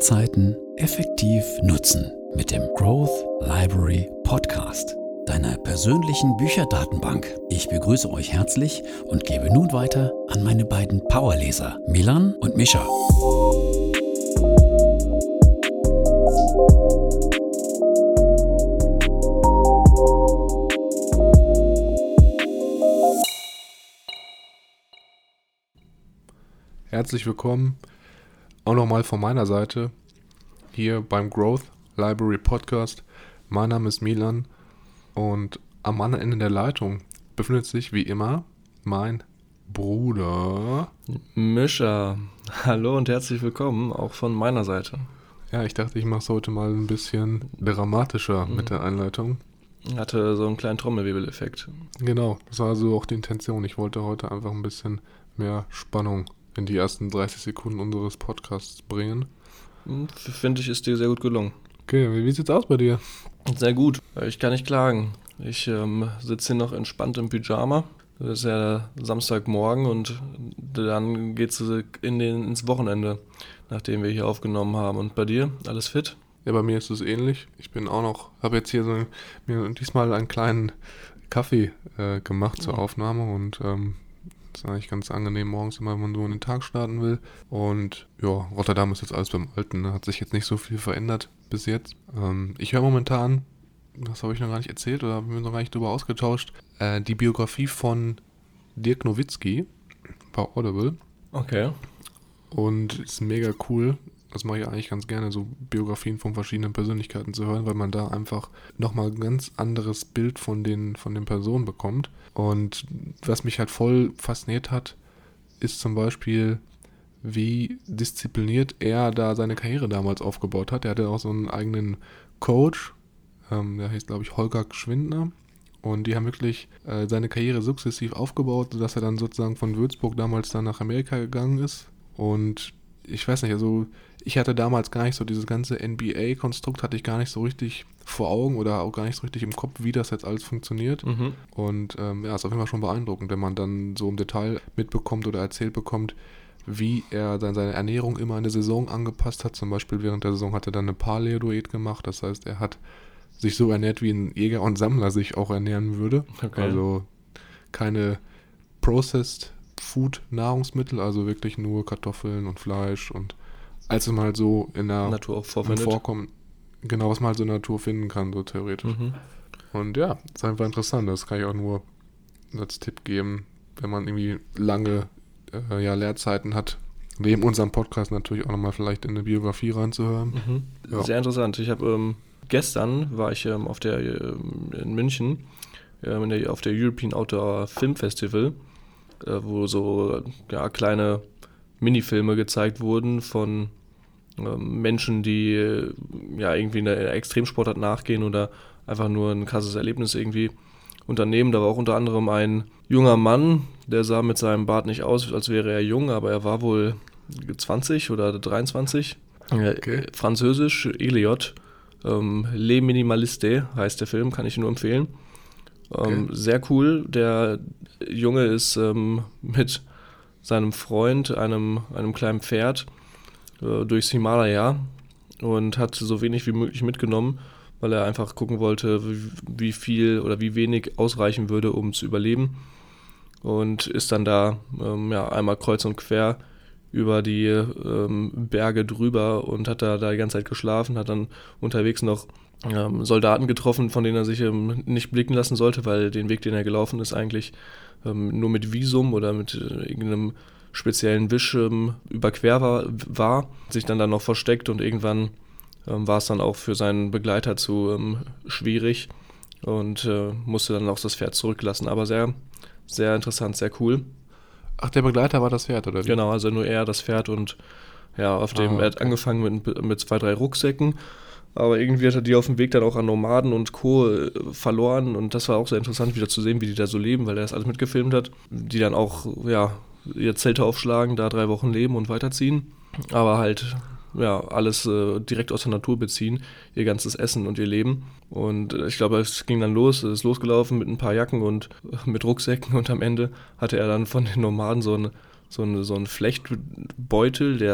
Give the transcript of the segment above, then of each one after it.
Lehrzeiten effektiv nutzen mit dem Growth Library Podcast, deiner persönlichen Bücherdatenbank. Ich begrüße euch herzlich und gebe nun weiter an meine beiden Powerleser, Milan und Mischa. Herzlich willkommen, auch nochmal von meiner Seite, hier beim Growth Library Podcast. Mein Name ist Milan und am anderen Ende der Leitung befindet sich wie immer mein Bruder Mischa. Hallo und herzlich willkommen, auch von meiner Seite. Ja, ich dachte, ich mache es heute mal ein bisschen dramatischer mit der Einleitung. Hatte so einen kleinen Trommelwirbeleffekt. Genau, das war so auch die Intention. Ich wollte heute einfach ein bisschen mehr Spannung in die ersten 30 Sekunden unseres Podcasts bringen. Finde ich, ist dir sehr gut gelungen. Okay, wie sieht's aus bei dir? Sehr gut, ich kann nicht klagen. Ich sitze hier noch entspannt im Pyjama. Das ist ja Samstagmorgen und dann geht's ins Wochenende, nachdem wir hier aufgenommen haben. Und bei dir, alles fit? Ja, bei mir ist es ähnlich. Ich bin auch noch, habe jetzt hier mir diesmal einen kleinen Kaffee gemacht zur Aufnahme und das ist eigentlich ganz angenehm morgens immer, wenn man so in den Tag starten will. Und ja, Rotterdam ist jetzt alles beim Alten, ne? Hat sich jetzt nicht so viel verändert bis jetzt. Ich höre momentan, das habe ich noch gar nicht erzählt oder haben wir noch gar nicht drüber ausgetauscht, die Biografie von Dirk Nowitzki bei Audible. Okay. Und ist mega cool. Das mache ich eigentlich ganz gerne, so Biografien von verschiedenen Persönlichkeiten zu hören, weil man da einfach nochmal ein ganz anderes Bild von den Personen bekommt. Und was mich halt voll fasziniert hat, ist zum Beispiel, wie diszipliniert er da seine Karriere damals aufgebaut hat. Er hatte auch so einen eigenen Coach, der heißt, glaube ich, Holger Gschwindner. Und die haben wirklich seine Karriere sukzessiv aufgebaut, sodass er dann sozusagen von Würzburg damals dann nach Amerika gegangen ist. Und ich weiß nicht, also ich hatte damals gar nicht so dieses ganze NBA-Konstrukt, hatte ich gar nicht so richtig vor Augen oder auch gar nicht so richtig im Kopf, wie das jetzt alles funktioniert. Und ja, ist auf jeden Fall schon beeindruckend, wenn man dann so im Detail mitbekommt oder erzählt bekommt, wie er dann seine Ernährung immer in der Saison angepasst hat. Zum Beispiel während der Saison hat er dann eine Paleo-Diät gemacht, das heißt, er hat sich so ernährt, wie ein Jäger und Sammler sich auch ernähren würde. Okay. Also keine Processed Food-Nahrungsmittel, also wirklich nur Kartoffeln und Fleisch und als es mal halt so in der Natur auch vorfindet. Vorkommen, genau, was man halt so in der Natur finden kann, so theoretisch. Und ja, ist einfach interessant, das kann ich auch nur als Tipp geben, wenn man irgendwie lange Lehrzeiten hat, neben unserem Podcast natürlich auch nochmal vielleicht in eine Biografie reinzuhören. Ja. Sehr interessant. Ich habe gestern war ich in München auf der European Outdoor Film Festival, wo so kleine Minifilme gezeigt wurden von Menschen, die irgendwie einer Extremsportart nachgehen oder einfach nur ein krasses Erlebnis irgendwie unternehmen. Da war auch unter anderem ein junger Mann, der sah mit seinem Bart nicht aus, als wäre er jung, aber er war wohl 20 oder 23. Okay. Französisch, Eliot. Les Minimalistes heißt der Film, kann ich nur empfehlen. Okay. Sehr cool. Der Junge ist mit seinem Freund, einem kleinen Pferd, durchs Himalaya und hat so wenig wie möglich mitgenommen, weil er einfach gucken wollte, wie viel oder wie wenig ausreichen würde, um zu überleben. Und ist dann da einmal kreuz und quer über die Berge drüber und hat da die ganze Zeit geschlafen, hat dann unterwegs noch Soldaten getroffen, von denen er sich nicht blicken lassen sollte, weil den Weg, den er gelaufen ist, eigentlich nur mit Visum oder mit irgendeinem speziellen Wisch überquer war, sich dann noch versteckt und irgendwann war es dann auch für seinen Begleiter zu schwierig und musste dann auch das Pferd zurücklassen, aber sehr, sehr interessant, sehr cool. Ach, der Begleiter war das Pferd, oder wie? Genau, also nur er, das Pferd und ja, er hat angefangen mit 2, 3 Rucksäcken, aber irgendwie hat er die auf dem Weg dann auch an Nomaden und Co. verloren und das war auch sehr interessant, wieder zu sehen, wie die da so leben, weil er das alles mitgefilmt hat, die dann auch, ihr Zelte aufschlagen, da 3 Wochen leben und weiterziehen, aber halt, alles direkt aus der Natur beziehen, ihr ganzes Essen und ihr Leben. Und ich glaube, es ging dann los, es ist losgelaufen mit ein paar Jacken und mit Rucksäcken und am Ende hatte er dann von den Nomaden so einen Flechtbeutel, der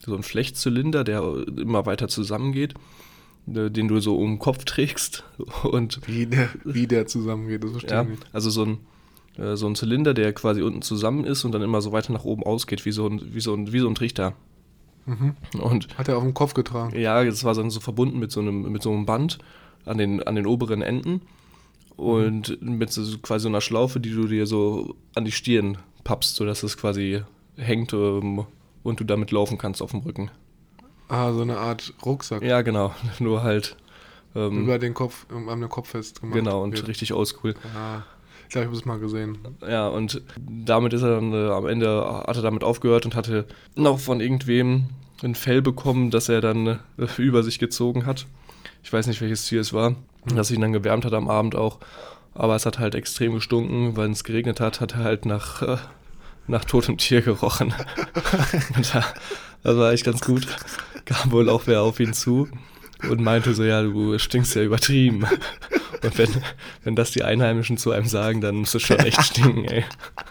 so ein Flechtzylinder, der immer weiter zusammengeht, den du so um den Kopf trägst. Und Wie der zusammengeht, das verstehe ich nicht. also so ein Zylinder, der quasi unten zusammen ist und dann immer so weiter nach oben ausgeht, wie so ein Trichter. Mhm. Und Hat er auf dem Kopf getragen? ja, das war dann so verbunden mit so einem Band an den oberen Enden und mit so quasi so einer Schlaufe, die du dir so an die Stirn pappst, sodass es quasi hängt und du damit laufen kannst auf dem Rücken. Ah, so eine Art Rucksack. Ja, genau, nur halt Über den Kopf, an den Kopf festgemacht. genau, und wird. richtig oldschool. Ah, ich glaube, ich habe es mal gesehen. Ja, und damit ist er dann am Ende, hat er damit aufgehört und hatte noch von irgendwem ein Fell bekommen, das er dann über sich gezogen hat. Ich weiß nicht, welches Tier es war, das ihn dann gewärmt hat am Abend auch. Aber es hat halt extrem gestunken, weil es geregnet hat er halt nach totem Tier gerochen. Und das war echt ganz gut. Kam wohl auch wer auf ihn zu und meinte so, ja, du stinkst ja übertrieben. Und wenn das die Einheimischen zu einem sagen, dann muss es schon echt stinken, ey.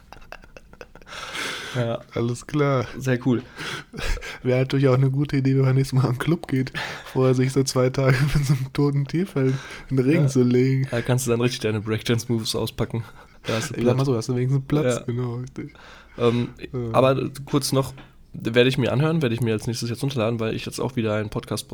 Ja, Alles klar. sehr cool. Wäre natürlich auch eine gute Idee, wenn man nächstes Mal am Club geht, wo er sich so 2 Tage mit so einem toten Tierfell in den Regen zu legen. Da kannst du dann richtig deine Breakdance-Moves auspacken. Da hast du Ich sag mal Platz. so, hast du wenigstens Platz. Ja. Genau, richtig. Aber kurz noch, werde ich mir anhören, werde ich mir als nächstes jetzt runterladen, weil ich jetzt auch wieder ein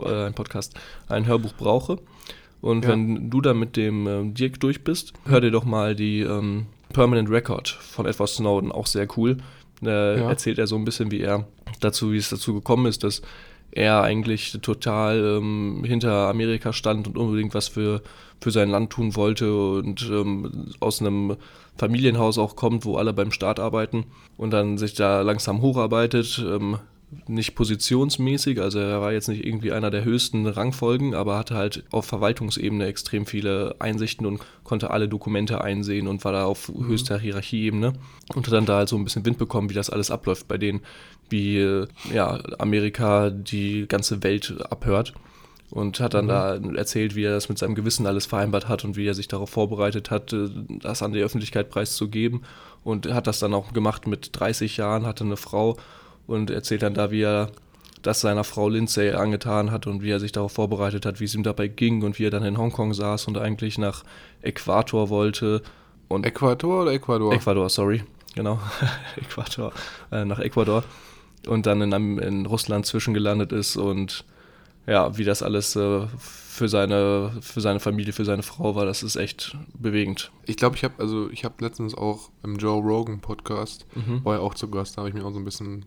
Hörbuch brauche. Und Ja. wenn du dann mit dem Dirk durch bist, hör dir doch mal die Permanent Record von Edward Snowden, auch sehr cool. Erzählt er so ein bisschen, wie es dazu gekommen ist, dass er eigentlich total hinter Amerika stand und unbedingt was für sein Land tun wollte und aus einem Familienhaus auch kommt, wo alle beim Staat arbeiten und dann sich da langsam hocharbeitet, nicht positionsmäßig, also er war jetzt nicht irgendwie einer der höchsten Rangfolgen, aber hatte halt auf Verwaltungsebene extrem viele Einsichten und konnte alle Dokumente einsehen und war da auf höchster Hierarchieebene und hat dann da halt so ein bisschen Wind bekommen, wie das alles abläuft bei denen, wie Amerika die ganze Welt abhört. Und hat dann da erzählt, wie er das mit seinem Gewissen alles vereinbart hat und wie er sich darauf vorbereitet hat, das an die Öffentlichkeit preiszugeben. Und hat das dann auch gemacht mit 30 Jahren, hatte eine Frau und erzählt dann da, wie er das seiner Frau Lindsay angetan hat und wie er sich darauf vorbereitet hat, wie es ihm dabei ging und wie er dann in Hongkong saß und eigentlich nach Äquator wollte. Und Äquator oder Ecuador? Ecuador, sorry, genau, Äquator, nach Ecuador und dann in Russland zwischengelandet ist und ja, wie das alles für seine Familie, für seine Frau war, das ist echt bewegend. Ich glaube, ich habe letztens auch im Joe Rogan Podcast, war er auch zu Gast, da habe ich mir auch so ein bisschen,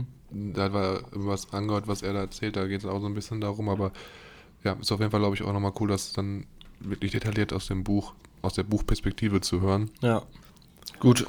da war was angehört, was er da erzählt, da geht es auch so ein bisschen darum, aber ja, ist auf jeden Fall, glaube ich, auch nochmal cool, das dann wirklich detailliert aus der Buchperspektive zu hören. Ja, gut.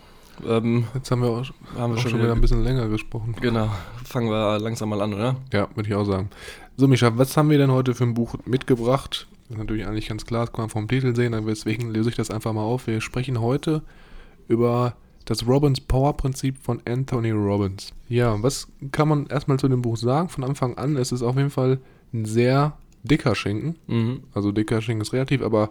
Jetzt haben wir auch schon wieder ein bisschen länger gesprochen. Genau, fangen wir langsam mal an, oder? Ja, würde ich auch sagen. So, Mischa, was haben wir denn heute für ein Buch mitgebracht? Das ist natürlich eigentlich ganz klar, das kann man vom Titel sehen, aber deswegen löse ich das einfach mal auf. Wir sprechen heute über das Robbins-Power-Prinzip von Anthony Robbins. Ja, was kann man erstmal zu dem Buch sagen? Von Anfang an ist es auf jeden Fall ein sehr dicker Schinken. Also dicker Schinken ist relativ, aber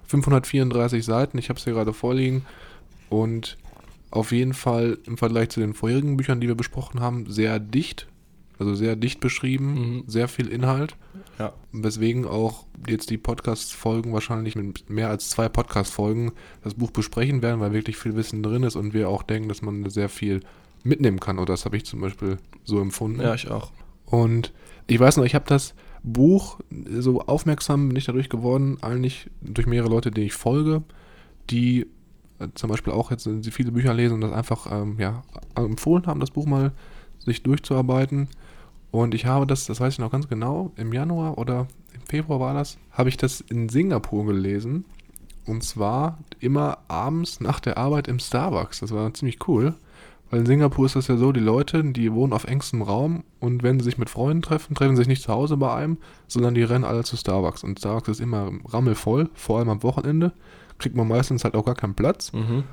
534 Seiten, ich habe es hier gerade vorliegen. Und auf jeden Fall im Vergleich zu den vorherigen Büchern, die wir besprochen haben, sehr dicht. Also sehr dicht beschrieben, sehr viel Inhalt. Ja. Weswegen auch jetzt die Podcast-Folgen wahrscheinlich mit mehr als 2 Podcast-Folgen das Buch besprechen werden, weil wirklich viel Wissen drin ist und wir auch denken, dass man sehr viel mitnehmen kann. Oder das habe ich zum Beispiel so empfunden. Ja, ich auch. Und ich weiß noch, ich habe das Buch, so aufmerksam bin ich dadurch geworden, eigentlich durch mehrere Leute, denen ich folge, die zum Beispiel auch jetzt viele Bücher lesen und das einfach empfohlen haben, das Buch mal sich durchzuarbeiten. Und ich habe das weiß ich noch ganz genau, im Januar oder im Februar war das, habe ich das in Singapur gelesen. Und zwar immer abends nach der Arbeit im Starbucks. Das war ziemlich cool. Weil in Singapur ist das ja so, die Leute, die wohnen auf engstem Raum und wenn sie sich mit Freunden treffen sie sich nicht zu Hause bei einem, sondern die rennen alle zu Starbucks. Und Starbucks ist immer rammelvoll, vor allem am Wochenende. Kriegt man meistens halt auch gar keinen Platz.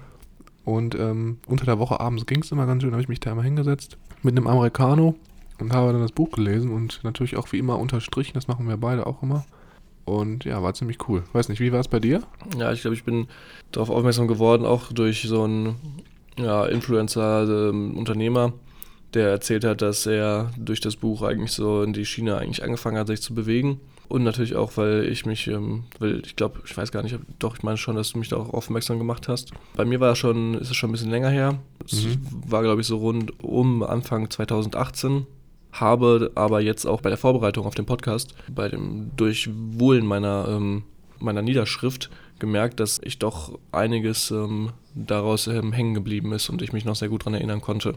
Und unter der Woche abends ging es immer ganz schön, habe ich mich da immer hingesetzt mit einem Americano und habe dann das Buch gelesen und natürlich auch wie immer unterstrichen, das machen wir beide auch immer. Und ja, war ziemlich cool. Weiß nicht, wie war es bei dir? Ja, ich glaube, ich bin darauf aufmerksam geworden, auch durch so einen Influencer, Unternehmer, der erzählt hat, dass er durch das Buch eigentlich so in die Schiene eigentlich angefangen hat, sich zu bewegen. Und natürlich auch, weil ich mich, ich glaube, ich weiß gar nicht, doch, ich meine schon, dass du mich da auch aufmerksam gemacht hast. Bei mir ist es schon ein bisschen länger her. Es war, glaube ich, so rund um Anfang 2018. Habe aber jetzt auch bei der Vorbereitung auf den Podcast, bei dem Durchwühlen meiner Niederschrift gemerkt, dass ich doch einiges daraus hängen geblieben ist und ich mich noch sehr gut daran erinnern konnte.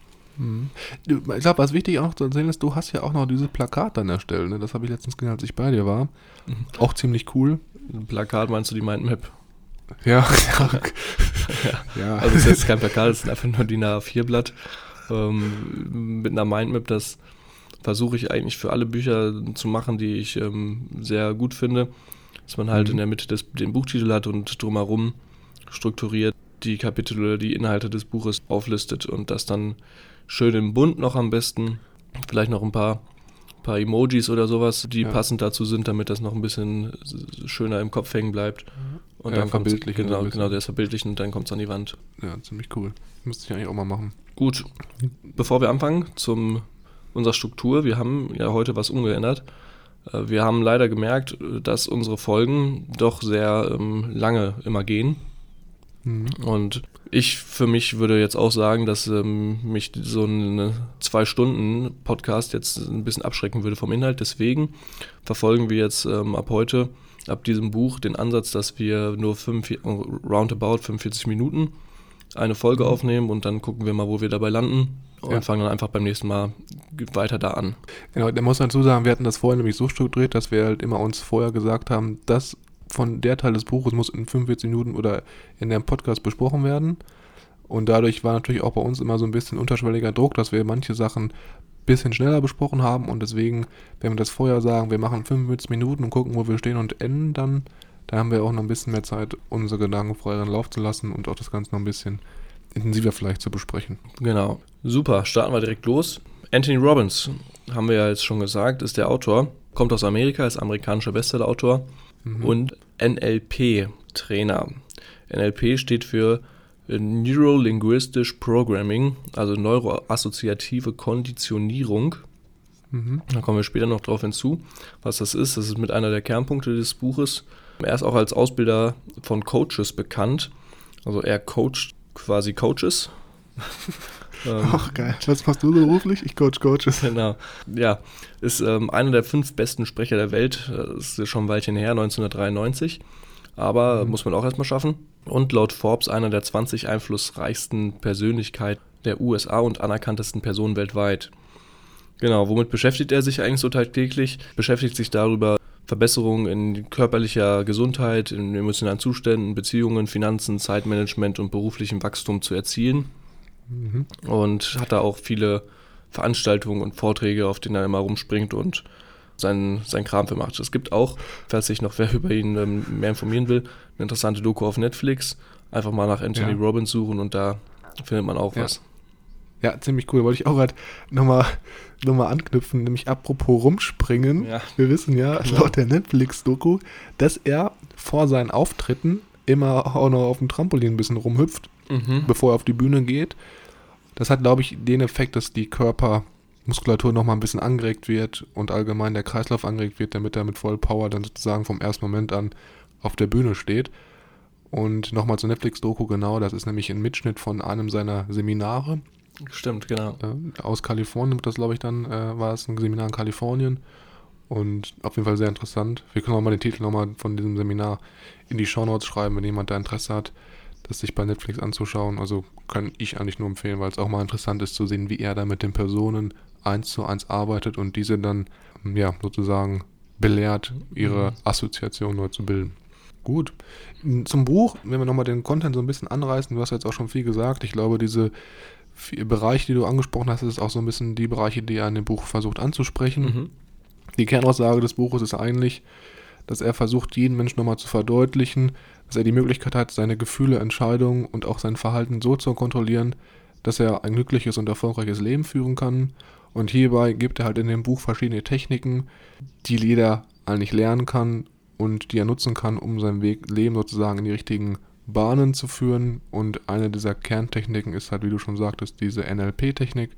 Ich glaube, was wichtig auch noch zu erzählen ist, du hast ja auch noch dieses Plakat dann erstellt, ne? Das habe ich letztens gesehen, als ich bei dir war. Auch ziemlich cool. Ein Plakat meinst du die Mindmap? Ja. Ja. Also es ist jetzt kein Plakat, es ist einfach nur DIN A4-Blatt mit einer Mindmap. Das versuche ich eigentlich für alle Bücher zu machen, die ich sehr gut finde. Dass man halt in der Mitte den Buchtitel hat und drumherum strukturiert die Kapitel oder die Inhalte des Buches auflistet und das dann schön im Bunt noch am besten, vielleicht noch ein paar Emojis oder sowas, die passend dazu sind, damit das noch ein bisschen schöner im Kopf hängen bleibt. Und dann verbildlichen. Genau, der ist verbildlichen und dann kommt es an die Wand. Ja, ziemlich cool. Müsste ich eigentlich auch mal machen. Gut, bevor wir anfangen unserer Struktur, wir haben ja heute was umgeändert. Wir haben leider gemerkt, dass unsere Folgen doch sehr lange immer gehen. Und ich für mich würde jetzt auch sagen, dass mich so ein 2-Stunden-Podcast jetzt ein bisschen abschrecken würde vom Inhalt. Deswegen verfolgen wir jetzt ab heute, ab diesem Buch, den Ansatz, dass wir nur roundabout 45 Minuten eine Folge aufnehmen und dann gucken wir mal, wo wir dabei landen und fangen dann einfach beim nächsten Mal weiter da an. Genau, da muss man dazu sagen, wir hatten das vorher nämlich so strukturiert, dass wir halt immer uns vorher gesagt haben, dass von der Teil des Buches muss in 45 Minuten oder in dem Podcast besprochen werden. Und dadurch war natürlich auch bei uns immer so ein bisschen unterschwelliger Druck, dass wir manche Sachen ein bisschen schneller besprochen haben. Und deswegen, wenn wir das vorher sagen, wir machen 45 Minuten und gucken, wo wir stehen und enden, dann haben wir auch noch ein bisschen mehr Zeit, unsere Gedanken freieren Lauf zu lassen und auch das Ganze noch ein bisschen intensiver vielleicht zu besprechen. Genau. Super, starten wir direkt los. Anthony Robbins, haben wir ja jetzt schon gesagt, ist der Autor, kommt aus Amerika, ist amerikanischer Bestsellerautor. Und NLP-Trainer. NLP steht für Neuro-Linguistisch Programming, also neuroassoziative Konditionierung. Da kommen wir später noch drauf hinzu, was das ist. Das ist mit einer der Kernpunkte des Buches. Er ist auch als Ausbilder von Coaches bekannt. Also er coacht quasi Coaches. Ach geil, was machst du so beruflich? Ich coach Coaches. Genau, ja, ist einer der 5 besten Sprecher der Welt, das ist schon ein Weilchen her, 1993, aber muss man auch erstmal schaffen. Und laut Forbes einer der 20 einflussreichsten Persönlichkeiten der USA und anerkanntesten Personen weltweit. Genau, womit beschäftigt er sich eigentlich so tagtäglich? Beschäftigt sich darüber, Verbesserungen in körperlicher Gesundheit, in emotionalen Zuständen, Beziehungen, Finanzen, Zeitmanagement und beruflichem Wachstum zu erzielen. Und hat da auch viele Veranstaltungen und Vorträge, auf denen er immer rumspringt und sein Kram für macht. Es gibt auch, falls sich noch wer über ihn mehr informieren will, eine interessante Doku auf Netflix. Einfach mal nach Anthony Robbins suchen und da findet man auch was. Ja, ziemlich cool. Wollte ich auch gerade nochmal anknüpfen, nämlich apropos rumspringen. Ja. Wir wissen ja, laut der Netflix-Doku, dass er vor seinen Auftritten immer auch noch auf dem Trampolin ein bisschen rumhüpft, bevor er auf die Bühne geht. Das hat, glaube ich, den Effekt, dass die Körpermuskulatur nochmal ein bisschen angeregt wird und allgemein der Kreislauf angeregt wird, damit er mit voll Power dann sozusagen vom ersten Moment an auf der Bühne steht. Und nochmal zur Netflix-Doku, genau, das ist nämlich ein Mitschnitt von einem seiner Seminare. Stimmt, genau. Aus Kalifornien, das glaube ich dann, war es ein Seminar in Kalifornien. Und auf jeden Fall sehr interessant. Wir können auch mal den Titel nochmal von diesem Seminar in die Shownotes schreiben, wenn jemand da Interesse hat, das sich bei Netflix anzuschauen. Also kann ich eigentlich nur empfehlen, weil es auch mal interessant ist zu sehen, wie er da mit den Personen 1:1 arbeitet und diese dann sozusagen belehrt, ihre Assoziation neu zu bilden. Gut. Zum Buch, wenn wir nochmal den Content so ein bisschen anreißen, du hast jetzt auch schon viel gesagt. Ich glaube, diese 4 Bereiche, die du angesprochen hast, ist auch so ein bisschen die Bereiche, die er in dem Buch versucht anzusprechen. Die Kernaussage des Buches ist eigentlich, dass er versucht, jeden Menschen nochmal zu verdeutlichen, dass er die Möglichkeit hat, seine Gefühle, Entscheidungen und auch sein Verhalten so zu kontrollieren, dass er ein glückliches und erfolgreiches Leben führen kann. Und hierbei gibt er halt in dem Buch verschiedene Techniken, die jeder eigentlich lernen kann und die er nutzen kann, um sein Leben sozusagen in die richtigen Bahnen zu führen. Und eine dieser Kerntechniken ist halt, wie du schon sagtest, diese NLP-Technik.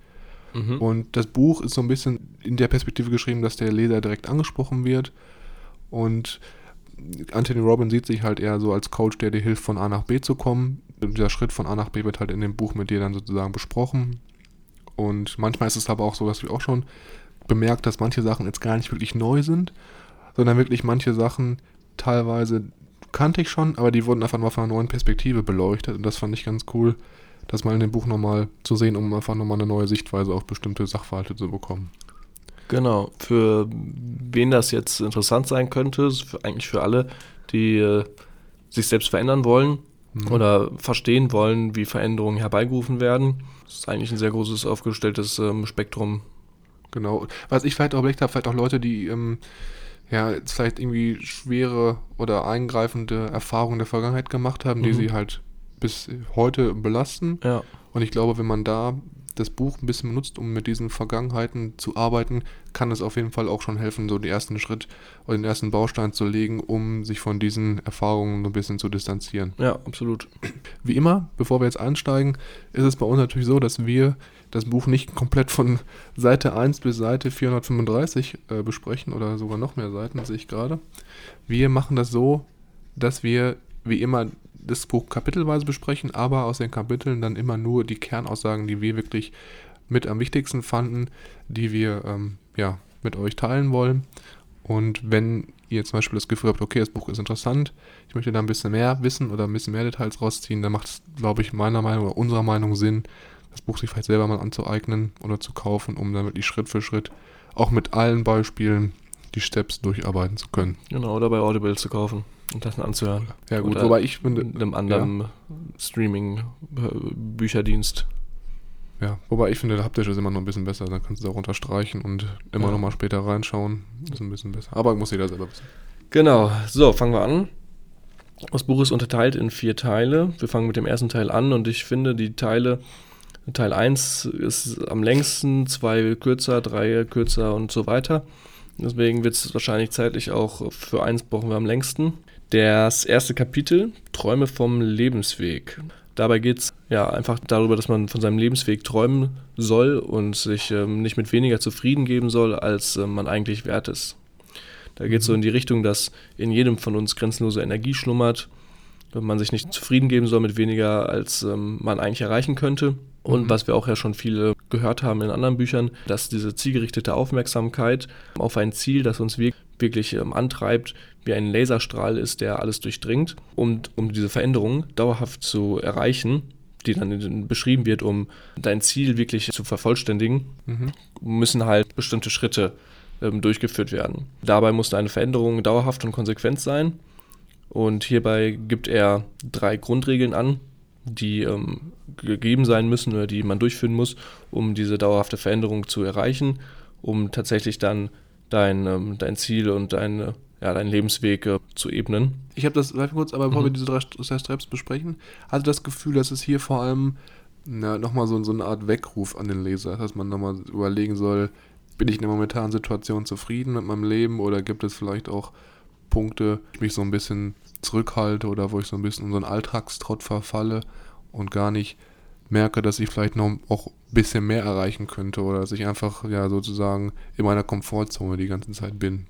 Und das Buch ist so ein bisschen in der Perspektive geschrieben, dass der Leser direkt angesprochen wird. Und Anthony Robbins sieht sich halt eher so als Coach, der dir hilft, von A nach B zu kommen. Dieser Schritt von A nach B wird halt in dem Buch mit dir dann sozusagen besprochen. Und manchmal ist es aber auch so, dass wir auch schon bemerkt, dass manche Sachen jetzt gar nicht wirklich neu sind, sondern wirklich manche Sachen teilweise kannte ich schon, aber die wurden einfach mal von einer neuen Perspektive beleuchtet. Und das fand ich ganz cool, das mal in dem Buch nochmal zu sehen, um einfach nochmal eine neue Sichtweise auf bestimmte Sachverhalte zu bekommen. Genau, für wen das jetzt interessant sein könnte, eigentlich für alle, die sich selbst verändern wollen oder verstehen wollen, wie Veränderungen herbeigerufen werden. Das ist eigentlich ein sehr großes, aufgestelltes Spektrum. Genau. Was ich vielleicht auch überlegt habe, vielleicht auch Leute, die jetzt vielleicht irgendwie schwere oder eingreifende Erfahrungen der Vergangenheit gemacht haben, die sie halt bis heute belasten. Ja. Und ich glaube, wenn man da das Buch ein bisschen benutzt, um mit diesen Vergangenheiten zu arbeiten, kann es auf jeden Fall auch schon helfen, so den ersten Schritt oder den ersten Baustein zu legen, um sich von diesen Erfahrungen ein bisschen zu distanzieren. Ja, absolut. Wie immer, bevor wir jetzt einsteigen, ist es bei uns natürlich so, dass wir das Buch nicht komplett von Seite 1 bis Seite 435 besprechen oder sogar noch mehr Seiten, sehe ich gerade. Wir machen das so, dass wir wie immer das Buch kapitelweise besprechen, aber aus den Kapiteln dann immer nur die Kernaussagen, die wir wirklich mit am wichtigsten fanden, die wir mit euch teilen wollen. Und wenn ihr zum Beispiel das Gefühl habt, okay, das Buch ist interessant, ich möchte da ein bisschen mehr wissen oder ein bisschen mehr Details rausziehen, dann macht es, glaube ich, meiner Meinung oder unserer Meinung Sinn, das Buch sich vielleicht selber mal anzueignen oder zu kaufen, um dann wirklich Schritt für Schritt auch mit allen Beispielen die Steps durcharbeiten zu können. Genau, oder bei Audible zu kaufen und das anzuhören. Ja gut, oder wobei ich finde... in einem anderen Streaming-Bücherdienst. Ja, wobei ich finde, der haptisch ist immer noch ein bisschen besser, dann kannst du es auch unterstreichen und immer noch mal später reinschauen. Das ist ein bisschen besser. Aber muss jeder selber wissen. Genau, so, fangen wir an. Das Buch ist unterteilt in 4 Teile. Wir fangen mit dem ersten Teil an und ich finde, die Teil 1 ist am längsten, 2 kürzer, 3 kürzer und so weiter. Deswegen wird es wahrscheinlich zeitlich auch für 1 brauchen wir am längsten. Das erste Kapitel, Träume vom Lebensweg. Dabei geht es einfach darüber, dass man von seinem Lebensweg träumen soll und sich nicht mit weniger zufrieden geben soll, als man eigentlich wert ist. Da geht es so in die Richtung, dass in jedem von uns grenzenlose Energie schlummert, man sich nicht zufrieden geben soll mit weniger, als man eigentlich erreichen könnte. Und was wir auch ja schon viele gehört haben in anderen Büchern, dass diese zielgerichtete Aufmerksamkeit auf ein Ziel, das uns wirklich antreibt, wie ein Laserstrahl ist, der alles durchdringt. Und um diese Veränderung dauerhaft zu erreichen, die dann beschrieben wird, um dein Ziel wirklich zu vervollständigen, müssen halt bestimmte Schritte durchgeführt werden. Dabei muss eine Veränderung dauerhaft und konsequent sein. Und hierbei gibt er 3 Grundregeln an, die gegeben sein müssen oder die man durchführen muss, um diese dauerhafte Veränderung zu erreichen, um tatsächlich dann dein Ziel und dein Lebensweg zu ebnen. Ich habe das gleich kurz, aber bevor wir diese 3 Steps besprechen, hatte das Gefühl, dass es hier vor allem nochmal so eine Art Weckruf an den Leser, dass man nochmal überlegen soll, bin ich in der momentanen Situation zufrieden mit meinem Leben oder gibt es vielleicht auch Punkte, wo ich mich so ein bisschen zurückhalte oder wo ich so ein bisschen in so einen Alltagstrott verfalle und gar nicht merke, dass ich vielleicht noch auch ein bisschen mehr erreichen könnte oder dass ich einfach sozusagen in meiner Komfortzone die ganze Zeit bin.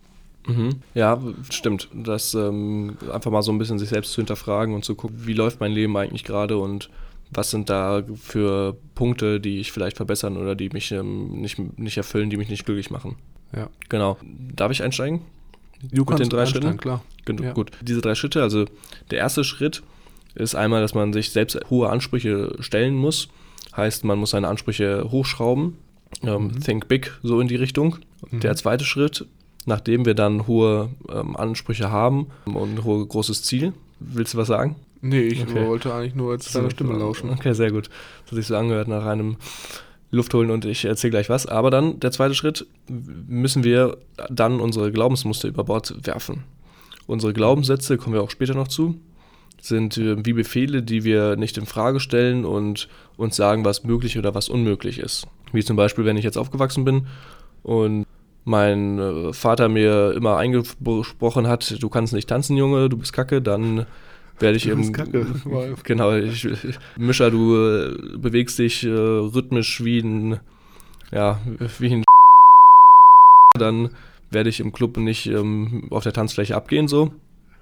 Ja, stimmt. Das einfach mal so ein bisschen sich selbst zu hinterfragen und zu gucken, wie läuft mein Leben eigentlich gerade und was sind da für Punkte, die ich vielleicht verbessern oder die mich nicht erfüllen, die mich nicht glücklich machen. Ja. Genau. Darf ich einsteigen? Du kannst mit den 3 Schritten? Klar. Gut. Diese 3 Schritte, also der erste Schritt ist einmal, dass man sich selbst hohe Ansprüche stellen muss. Heißt, man muss seine Ansprüche hochschrauben. Think big, so in die Richtung. Der zweite Schritt, nachdem wir dann hohe Ansprüche haben und ein großes Ziel. Willst du was sagen? Nee, ich wollte eigentlich nur jetzt deine Stimme lauschen. Okay, sehr gut. Das hat sich so angehört nach einem Luft holen und ich erzähle gleich was. Aber dann, der zweite Schritt, müssen wir dann unsere Glaubensmuster über Bord werfen. Unsere Glaubenssätze, kommen wir auch später noch zu, sind wie Befehle, die wir nicht in Frage stellen und uns sagen, was möglich oder was unmöglich ist. Wie zum Beispiel, wenn ich jetzt aufgewachsen bin und mein Vater mir immer eingesprochen hat, du kannst nicht tanzen, Junge, du bist kacke, dann werde ich eben... Genau, Mischa, du bewegst dich rhythmisch wie ein ja, wie ein dann werde ich im Club nicht auf der Tanzfläche abgehen so.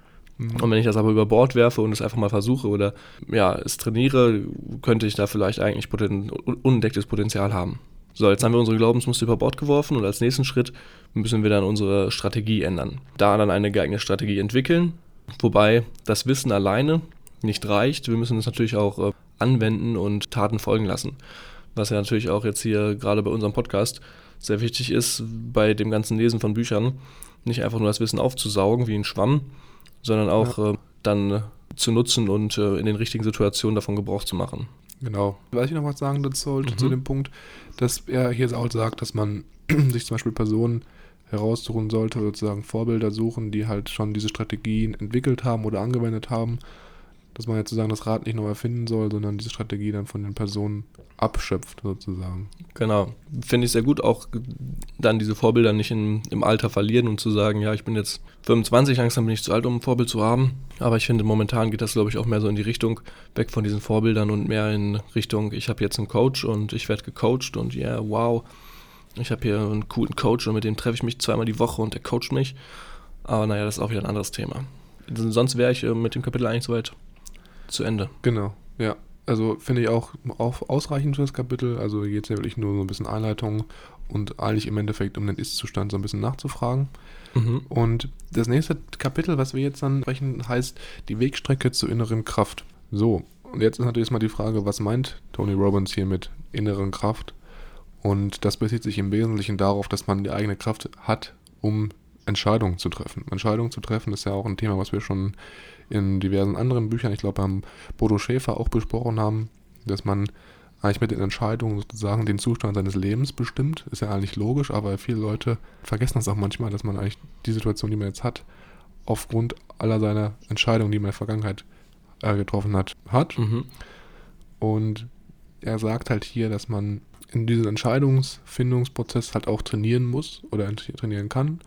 Und wenn ich das aber über Bord werfe und es einfach mal versuche oder ja, es trainiere, könnte ich da vielleicht eigentlich unentdecktes Potenzial haben. So, jetzt haben wir unsere Glaubensmuster über Bord geworfen und als nächsten Schritt müssen wir dann unsere Strategie ändern. Da dann eine geeignete Strategie entwickeln, wobei das Wissen alleine nicht reicht. Wir müssen es natürlich auch anwenden und Taten folgen lassen. Was ja natürlich auch jetzt hier gerade bei unserem Podcast sehr wichtig ist, bei dem ganzen Lesen von Büchern, nicht einfach nur das Wissen aufzusaugen wie ein Schwamm, sondern auch dann zu nutzen und in den richtigen Situationen davon Gebrauch zu machen. Genau. Was ich noch was sagen sollte zu dem Punkt, dass er hier auch sagt, dass man sich zum Beispiel Personen heraussuchen sollte, sozusagen Vorbilder suchen, die halt schon diese Strategien entwickelt haben oder angewendet haben, dass man jetzt sozusagen das Rad nicht neu erfinden soll, sondern diese Strategie dann von den Personen abschöpft sozusagen. Genau. Finde ich sehr gut, auch dann diese Vorbilder nicht im Alter verlieren und zu sagen, ja, ich bin jetzt 25, langsam bin ich zu alt, um ein Vorbild zu haben. Aber ich finde, momentan geht das, glaube ich, auch mehr so in die Richtung, weg von diesen Vorbildern und mehr in Richtung, ich habe jetzt einen Coach und ich werde gecoacht und ja, wow, ich habe hier einen coolen Coach und mit dem treffe ich mich 2-mal die Woche und der coacht mich. Aber naja, das ist auch wieder ein anderes Thema. Sonst wäre ich mit dem Kapitel eigentlich soweit zu Ende. Genau, ja. Also finde ich auch ausreichend für das Kapitel. Also geht es ja wirklich nur so ein bisschen Einleitung und eigentlich im Endeffekt um den Ist-Zustand so ein bisschen nachzufragen. Und das nächste Kapitel, was wir jetzt dann sprechen, heißt die Wegstrecke zur inneren Kraft. So, und jetzt ist natürlich mal die Frage, was meint Tony Robbins hier mit inneren Kraft? Und das bezieht sich im Wesentlichen darauf, dass man die eigene Kraft hat, um Entscheidungen zu treffen. Entscheidungen zu treffen ist ja auch ein Thema, was wir schon in diversen anderen Büchern, ich glaube beim Bodo Schäfer auch besprochen haben, dass man eigentlich mit den Entscheidungen sozusagen den Zustand seines Lebens bestimmt. Ist ja eigentlich logisch, aber viele Leute vergessen das auch manchmal, dass man eigentlich die Situation, die man jetzt hat, aufgrund aller seiner Entscheidungen, die man in der Vergangenheit getroffen hat. Und er sagt halt hier, dass man in diesem Entscheidungsfindungsprozess halt auch trainieren muss oder trainieren kann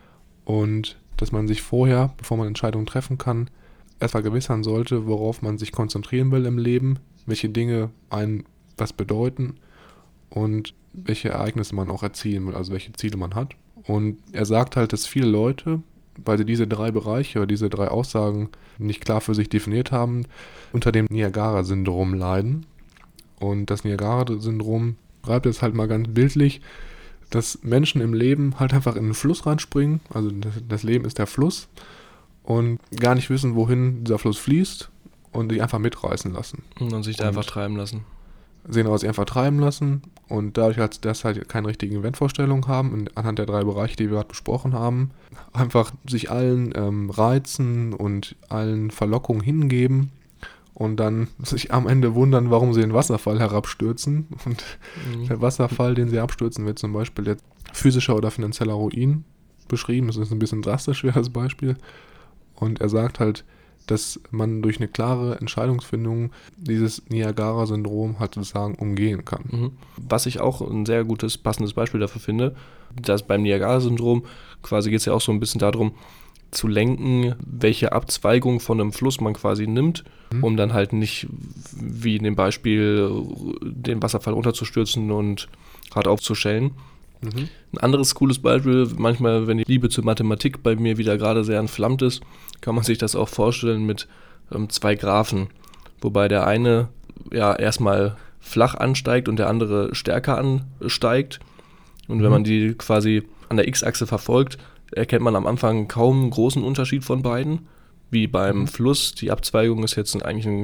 und dass man sich vorher, bevor man Entscheidungen treffen kann, erst vergewissern sollte, worauf man sich konzentrieren will im Leben, welche Dinge einen was bedeuten und welche Ereignisse man auch erzielen will, also welche Ziele man hat. Und er sagt halt, dass viele Leute, weil sie diese 3 Bereiche oder diese 3 Aussagen nicht klar für sich definiert haben, unter dem Niagara-Syndrom leiden. Und das Niagara-Syndrom schreibt es halt mal ganz bildlich, dass Menschen im Leben halt einfach in den Fluss reinspringen, also das Leben ist der Fluss, und gar nicht wissen, wohin dieser Fluss fließt und sich einfach mitreißen lassen. Und sich da einfach treiben lassen. Sich einfach treiben lassen und dadurch, dass halt keine richtigen Eventvorstellungen haben, und anhand der 3 Bereiche, die wir gerade besprochen haben, einfach sich allen Reizen und allen Verlockungen hingeben und dann sich am Ende wundern, warum sie den Wasserfall herabstürzen. Und der Wasserfall, den sie abstürzen, wird zum Beispiel jetzt physischer oder finanzieller Ruin beschrieben. Das ist ein bisschen drastisch, wäre das Beispiel. Und er sagt halt, dass man durch eine klare Entscheidungsfindung dieses Niagara-Syndrom halt sozusagen umgehen kann. Was ich auch ein sehr gutes, passendes Beispiel dafür finde, dass beim Niagara-Syndrom quasi geht es ja auch so ein bisschen darum, zu lenken, welche Abzweigung von einem Fluss man quasi nimmt, um dann halt nicht, wie in dem Beispiel, den Wasserfall runterzustürzen und hart aufzuschellen. Ein anderes cooles Beispiel, manchmal, wenn die Liebe zur Mathematik bei mir wieder gerade sehr entflammt ist, kann man sich das auch vorstellen mit 2 Graphen, wobei der eine ja erstmal flach ansteigt und der andere stärker ansteigt. Und wenn man die quasi an der X-Achse verfolgt, erkennt man am Anfang kaum einen großen Unterschied von beiden. Wie beim Fluss, die Abzweigung ist jetzt eigentlich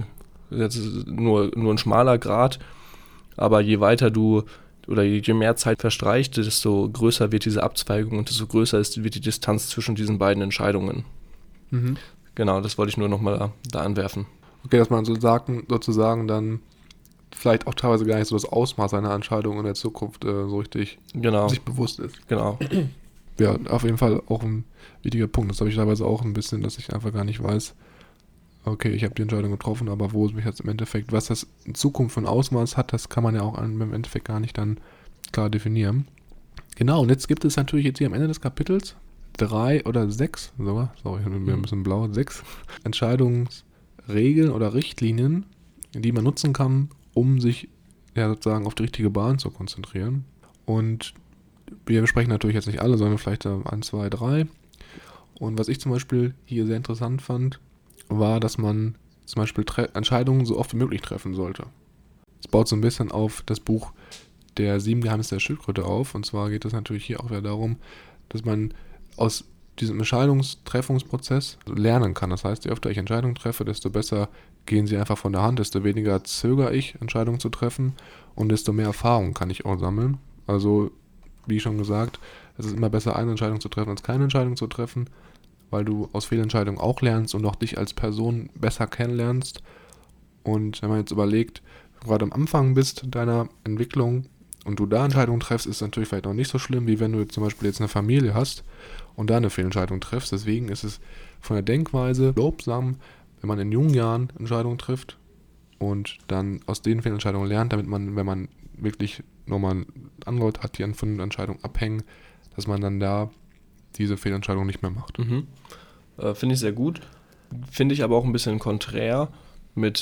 nur ein schmaler Grat, aber je weiter oder je mehr Zeit verstreicht, desto größer wird diese Abzweigung und desto größer wird die Distanz zwischen diesen beiden Entscheidungen. Genau, das wollte ich nur nochmal da anwerfen. Okay, dass man sozusagen dann vielleicht auch teilweise gar nicht so das Ausmaß seiner Entscheidung in der Zukunft so richtig sich bewusst ist. Genau. Ja, auf jeden Fall auch ein wichtiger Punkt. Das habe ich teilweise auch ein bisschen, dass ich einfach gar nicht weiß, okay, ich habe die Entscheidung getroffen, aber wo es mich jetzt im Endeffekt, was das in Zukunft von Ausmaß hat, das kann man ja auch im Endeffekt gar nicht dann klar definieren. Genau, und jetzt gibt es natürlich jetzt hier am Ende des Kapitels 3 oder 6 sogar, sorry, ich bin ein bisschen blau, 6 Entscheidungsregeln oder Richtlinien, die man nutzen kann, um sich ja sozusagen auf die richtige Bahn zu konzentrieren. Und wir besprechen natürlich jetzt nicht alle, sondern vielleicht 1, 2, 3. Und was ich zum Beispiel hier sehr interessant fand, war, dass man zum Beispiel Entscheidungen so oft wie möglich treffen sollte. Es baut so ein bisschen auf das Buch der 7 Geheimnisse der Schildkröte auf. Und zwar geht es natürlich hier auch wieder darum, dass man aus diesem Entscheidungstreffungsprozess lernen kann. Das heißt, je öfter ich Entscheidungen treffe, desto besser gehen sie einfach von der Hand, desto weniger zögere ich, Entscheidungen zu treffen und desto mehr Erfahrung kann ich auch sammeln. Also, wie schon gesagt, es ist immer besser, eine Entscheidung zu treffen, als keine Entscheidung zu treffen, weil du aus Fehlentscheidungen auch lernst und auch dich als Person besser kennenlernst. Und wenn man jetzt überlegt, du gerade am Anfang bist deiner Entwicklung und du da Entscheidungen treffst, ist es natürlich vielleicht auch nicht so schlimm, wie wenn du jetzt zum Beispiel jetzt eine Familie hast und da eine Fehlentscheidung triffst. Deswegen ist es von der Denkweise lobsam, wenn man in jungen Jahren Entscheidungen trifft und dann aus den Fehlentscheidungen lernt, damit man, wenn man wirklich nochmal andere Leute hat, die von der Entscheidung abhängen, dass man dann da diese Fehlentscheidung nicht mehr macht. Finde ich sehr gut. Finde ich aber auch ein bisschen konträr mit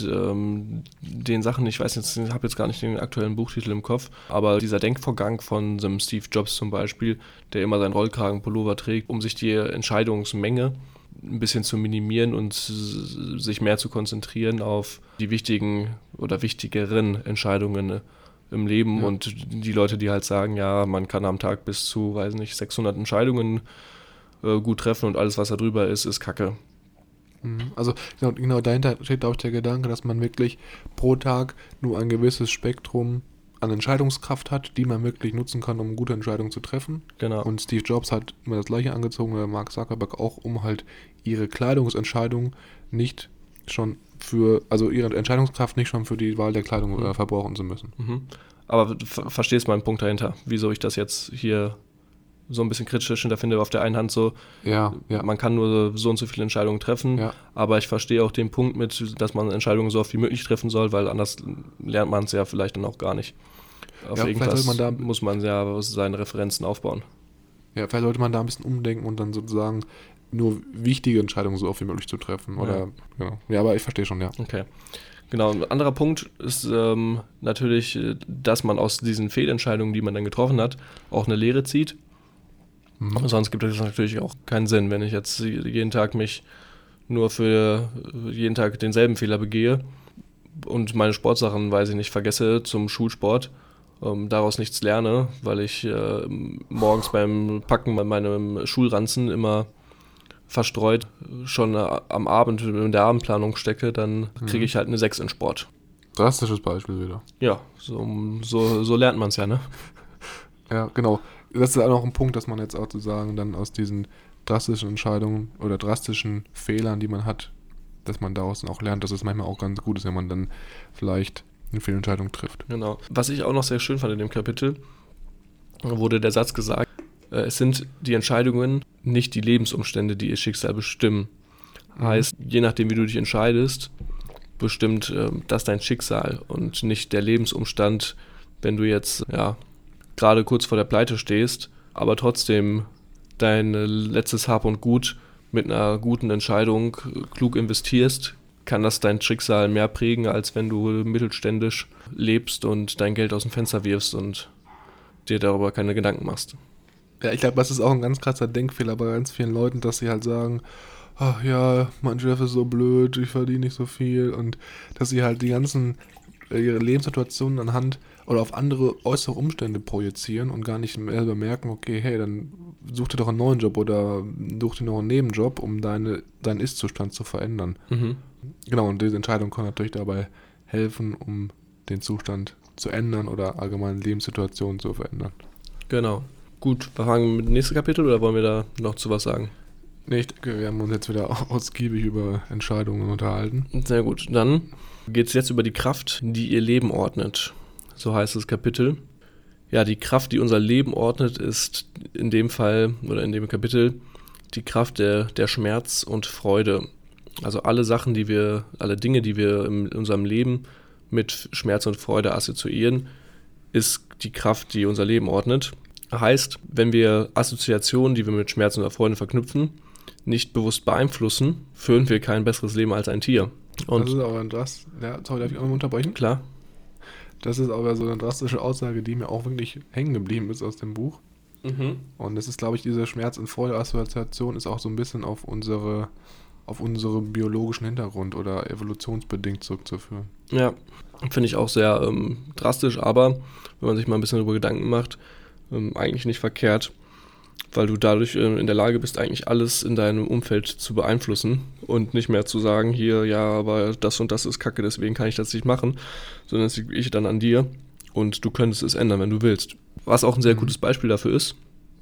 den Sachen, ich weiß jetzt, ich habe jetzt gar nicht den aktuellen Buchtitel im Kopf, aber dieser Denkvorgang von so einem Steve Jobs zum Beispiel, der immer seinen Rollkragenpullover trägt, um sich die Entscheidungsmenge ein bisschen zu minimieren und sich mehr zu konzentrieren auf die wichtigen oder wichtigeren Entscheidungen im Leben. Ja. Und die Leute, die halt sagen, ja, man kann am Tag bis zu, 600 Entscheidungen gut treffen und alles, was da drüber ist Kacke. Also genau dahinter steht auch der Gedanke, dass man wirklich pro Tag nur ein gewisses Spektrum an Entscheidungskraft hat, die man wirklich nutzen kann, um gute Entscheidungen zu treffen. Genau. Und Steve Jobs hat immer das gleiche angezogen, oder Mark Zuckerberg auch, um halt ihre Kleidungsentscheidung nicht schon ihre Entscheidungskraft nicht schon für die Wahl der Kleidung verbrauchen zu müssen. Aber du verstehst meinen Punkt dahinter, wieso ich das jetzt hier so ein bisschen kritisch hinter finde. Auf der einen Hand so, man kann nur so und so viele Entscheidungen treffen, aber ich verstehe auch den Punkt mit, dass man Entscheidungen so oft wie möglich treffen soll, weil anders lernt man es ja vielleicht dann auch gar nicht. Auf irgendwas muss man ja seine Referenzen aufbauen. Ja, vielleicht sollte man da ein bisschen umdenken und dann sozusagen nur wichtige Entscheidungen so oft wie möglich zu treffen. Oder, genau. Ja, aber ich verstehe schon, ja. Okay. Genau, ein anderer Punkt ist natürlich, dass man aus diesen Fehlentscheidungen, die man dann getroffen hat, auch eine Lehre zieht. Sonst gibt es natürlich auch keinen Sinn, wenn ich jetzt jeden Tag denselben Fehler begehe und meine Sportsachen, vergesse zum Schulsport, daraus nichts lerne, weil ich morgens beim Packen bei meinem Schulranzen immer verstreut schon am Abend in der Abendplanung stecke, dann kriege ich halt eine 6 in Sport. Drastisches Beispiel wieder. Ja, so lernt man es ja, ne? Ja, genau. Das ist auch noch ein Punkt, dass man jetzt auch sozusagen dann aus diesen drastischen Entscheidungen oder drastischen Fehlern, die man hat, dass man daraus dann auch lernt, dass es manchmal auch ganz gut ist, wenn man dann vielleicht eine Fehlentscheidung trifft. Genau. Was ich auch noch sehr schön fand in dem Kapitel, wurde der Satz gesagt, es sind die Entscheidungen, nicht die Lebensumstände, die ihr Schicksal bestimmen. Heißt, je nachdem, wie du dich entscheidest, bestimmt das dein Schicksal und nicht der Lebensumstand, wenn du jetzt, gerade kurz vor der Pleite stehst, aber trotzdem dein letztes Hab und Gut mit einer guten Entscheidung klug investierst, kann das dein Schicksal mehr prägen, als wenn du mittelständisch lebst und dein Geld aus dem Fenster wirfst und dir darüber keine Gedanken machst. Ja, ich glaube, das ist auch ein ganz krasser Denkfehler bei ganz vielen Leuten, dass sie halt sagen, ach ja, mein Chef ist so blöd, ich verdiene nicht so viel, und dass sie halt ihre Lebenssituationen anhand oder auf andere äußere Umstände projizieren und gar nicht mehr bemerken, okay, hey, dann such dir doch einen neuen Job oder such dir noch einen Nebenjob, um deinen Ist-Zustand zu verändern. Genau, und diese Entscheidung kann natürlich dabei helfen, um den Zustand zu ändern oder allgemeine Lebenssituationen zu verändern. Genau. Gut, wir fangen mit dem nächsten Kapitel oder wollen wir da noch zu was sagen? Nee, ich denke, wir haben uns jetzt wieder ausgiebig über Entscheidungen unterhalten. Sehr gut, dann geht es jetzt über die Kraft, die ihr Leben ordnet. So heißt das Kapitel. Ja, die Kraft, die unser Leben ordnet, ist in dem Fall oder in dem Kapitel die Kraft der Schmerz und Freude. Also alle Dinge, die wir in unserem Leben mit Schmerz und Freude assoziieren, ist die Kraft, die unser Leben ordnet. Heißt, wenn wir Assoziationen, die wir mit Schmerz und Freude verknüpfen, nicht bewusst beeinflussen, führen wir kein besseres Leben als ein Tier. Und das ist aber das. Ja, sorry, darf ich auch mal unterbrechen? Klar. das ist aber so eine drastische Aussage, die mir auch wirklich hängen geblieben ist aus dem Buch. Und das ist, glaube ich, diese Schmerz- und Freude-Assoziation ist auch so ein bisschen auf unsere biologischen Hintergrund oder evolutionsbedingt zurückzuführen. Ja, finde ich auch sehr drastisch, aber wenn man sich mal ein bisschen darüber Gedanken macht, eigentlich nicht verkehrt, weil du dadurch in der Lage bist, eigentlich alles in deinem Umfeld zu beeinflussen und nicht mehr zu sagen, hier, ja, aber das und das ist Kacke, deswegen kann ich das nicht machen, sondern es liegt dann an dir und du könntest es ändern, wenn du willst. Was auch ein sehr gutes Beispiel dafür ist,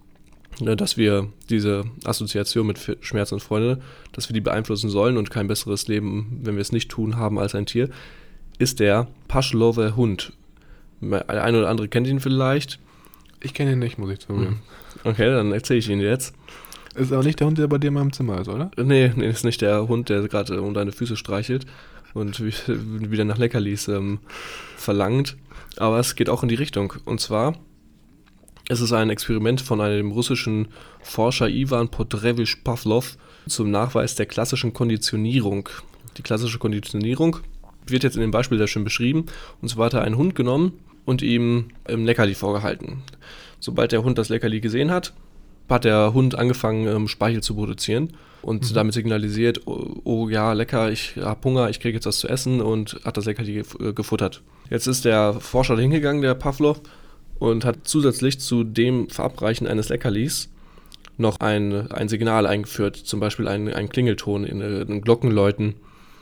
dass wir diese Assoziation mit Schmerz und Freude, dass wir die beeinflussen sollen und kein besseres Leben, wenn wir es nicht tun, haben als ein Tier, ist der Pavlover Hund. Der eine oder andere kennt ihn vielleicht. Ich kenne ihn nicht, muss ich zugeben. Okay, dann erzähle ich ihn jetzt. Ist aber nicht der Hund, der bei dir in meinem Zimmer ist, oder? Nee, ist nicht der Hund, der gerade um deine Füße streichelt und wieder nach Leckerlis verlangt. Aber es geht auch in die Richtung. Und zwar ist es ein Experiment von einem russischen Forscher Ivan Potrevisch Pavlov zum Nachweis der klassischen Konditionierung. Die klassische Konditionierung wird jetzt in dem Beispiel sehr schön beschrieben. Und zwar hat er einen Hund genommen und ihm Leckerli vorgehalten. Sobald der Hund das Leckerli gesehen hat, hat der Hund angefangen, Speichel zu produzieren und damit signalisiert, oh ja, lecker, ich habe Hunger, ich kriege jetzt was zu essen und hat das Leckerli gefuttert. Jetzt ist der Forscher hingegangen, der Pavlov, und hat zusätzlich zu dem Verabreichen eines Leckerlis noch ein Signal eingeführt, zum Beispiel einen Klingelton in Glockenläuten.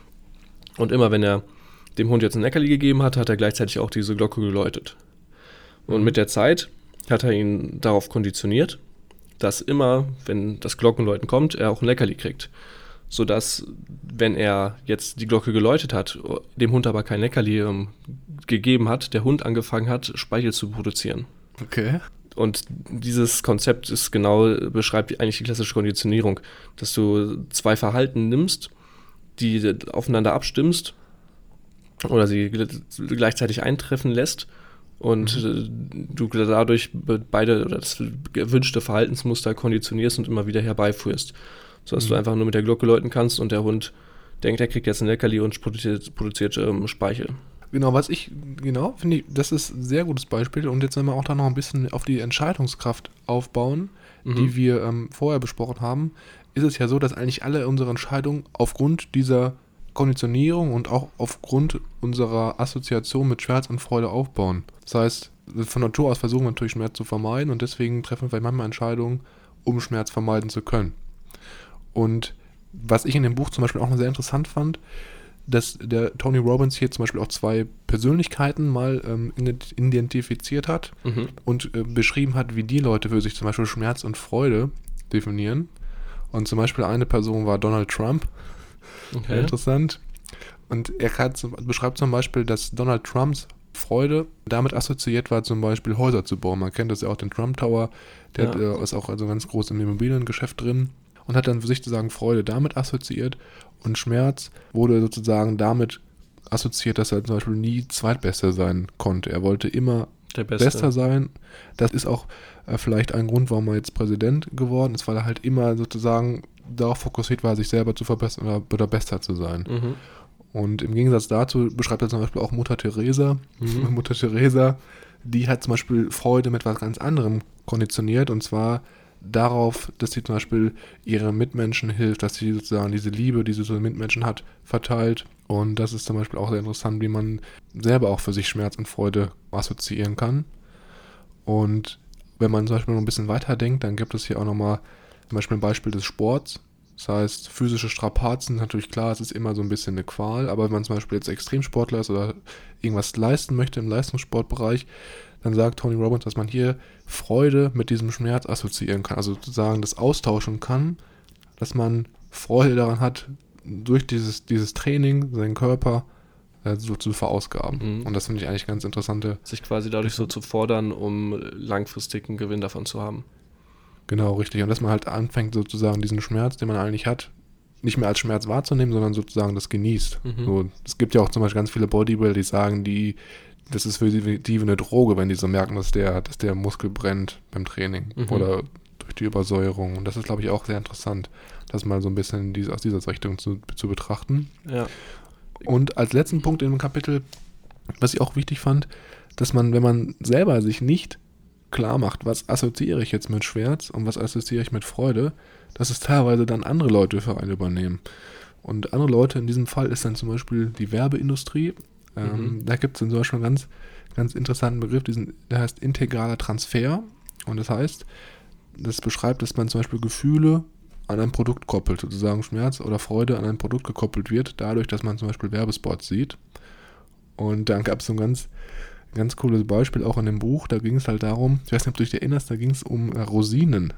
Und immer wenn er dem Hund jetzt ein Leckerli gegeben hat, hat er gleichzeitig auch diese Glocke geläutet. Und mit der Zeit hat er ihn darauf konditioniert, dass immer, wenn das Glockenläuten kommt, er auch ein Leckerli kriegt. Sodass, wenn er jetzt die Glocke geläutet hat, dem Hund aber kein Leckerli gegeben hat, der Hund angefangen hat, Speichel zu produzieren. Okay. Und dieses Konzept beschreibt eigentlich die klassische Konditionierung, dass du zwei Verhalten nimmst, die aufeinander abstimmst oder sie gleichzeitig eintreffen lässt und du dadurch beide oder das gewünschte Verhaltensmuster konditionierst und immer wieder herbeiführst. Sodass du einfach nur mit der Glocke läuten kannst und der Hund denkt, er kriegt jetzt ein Leckerli und produziert Speichel. Genau, finde ich, das ist ein sehr gutes Beispiel. Und jetzt, wenn wir auch da noch ein bisschen auf die Entscheidungskraft aufbauen, die wir vorher besprochen haben, ist es ja so, dass eigentlich alle unsere Entscheidungen aufgrund dieser Konditionierung und auch aufgrund unserer Assoziation mit Schmerz und Freude aufbauen. Das heißt, von Natur aus versuchen wir natürlich Schmerz zu vermeiden und deswegen treffen wir manchmal Entscheidungen, um Schmerz vermeiden zu können. Und was ich in dem Buch zum Beispiel auch noch sehr interessant fand, dass der Tony Robbins hier zum Beispiel auch zwei Persönlichkeiten mal identifiziert hat und beschrieben hat, wie die Leute für sich zum Beispiel Schmerz und Freude definieren. Und zum Beispiel eine Person war Donald Trump. Okay. Interessant. Und er beschreibt zum Beispiel, dass Donald Trumps Freude damit assoziiert war, zum Beispiel Häuser zu bauen. Man kennt das ja auch, den Trump Tower, der ist auch also ganz groß im Immobiliengeschäft drin. Und hat dann für sich sozusagen Freude damit assoziiert und Schmerz wurde sozusagen damit assoziiert, dass er zum Beispiel nie Zweitbester sein konnte. Er wollte immer der Bester sein. Das ist auch vielleicht ein Grund, warum er jetzt Präsident geworden ist, weil er halt immer sozusagen darauf fokussiert war, sich selber zu verbessern oder besser zu sein. Und im Gegensatz dazu beschreibt er zum Beispiel auch Mutter Teresa. Mutter Teresa, die hat zum Beispiel Freude mit was ganz anderem konditioniert und zwar darauf, dass sie zum Beispiel ihren Mitmenschen hilft, dass sie sozusagen diese Liebe, die sie zu den Mitmenschen hat, verteilt. Und das ist zum Beispiel auch sehr interessant, wie man selber auch für sich Schmerz und Freude assoziieren kann. Und wenn man zum Beispiel noch ein bisschen weiter denkt, dann gibt es hier auch nochmal zum Beispiel ein Beispiel des Sports. Das heißt, physische Strapazen, natürlich klar, es ist immer so ein bisschen eine Qual, aber wenn man zum Beispiel jetzt Extremsportler ist oder irgendwas leisten möchte im Leistungssportbereich, dann sagt Tony Robbins, dass man hier Freude mit diesem Schmerz assoziieren kann, also sozusagen das austauschen kann, dass man Freude daran hat, durch dieses Training seinen Körper so zu verausgaben. Und das finde ich eigentlich ganz interessante. Sich quasi dadurch so zu fordern, um langfristigen Gewinn davon zu haben. Genau, richtig. Und dass man halt anfängt, sozusagen diesen Schmerz, den man eigentlich hat, nicht mehr als Schmerz wahrzunehmen, sondern sozusagen das genießt. So, es gibt ja auch zum Beispiel ganz viele Bodybuilder, die sagen, das ist für die wie eine Droge, wenn die so merken, dass der Muskel brennt beim Training oder durch die Übersäuerung. Und das ist, glaube ich, auch sehr interessant, das mal so ein bisschen aus dieser Richtung zu betrachten. Ja. Und als letzten Punkt in dem Kapitel, was ich auch wichtig fand, dass man, wenn man selber sich nicht klar macht, was assoziiere ich jetzt mit Schmerz und was assoziiere ich mit Freude, dass es teilweise dann andere Leute für einen übernehmen. Und andere Leute in diesem Fall ist dann zum Beispiel die Werbeindustrie. Da gibt es zum Beispiel einen ganz, ganz interessanten Begriff, der heißt integraler Transfer. Und das heißt, das beschreibt, dass man zum Beispiel Gefühle an ein Produkt koppelt, sozusagen Schmerz oder Freude an ein Produkt gekoppelt wird, dadurch, dass man zum Beispiel Werbespots sieht. Und dann gab es so ein ganz cooles Beispiel auch in dem Buch, da ging es halt darum, ich weiß nicht, ob du dich erinnerst, da ging es um Rosinen.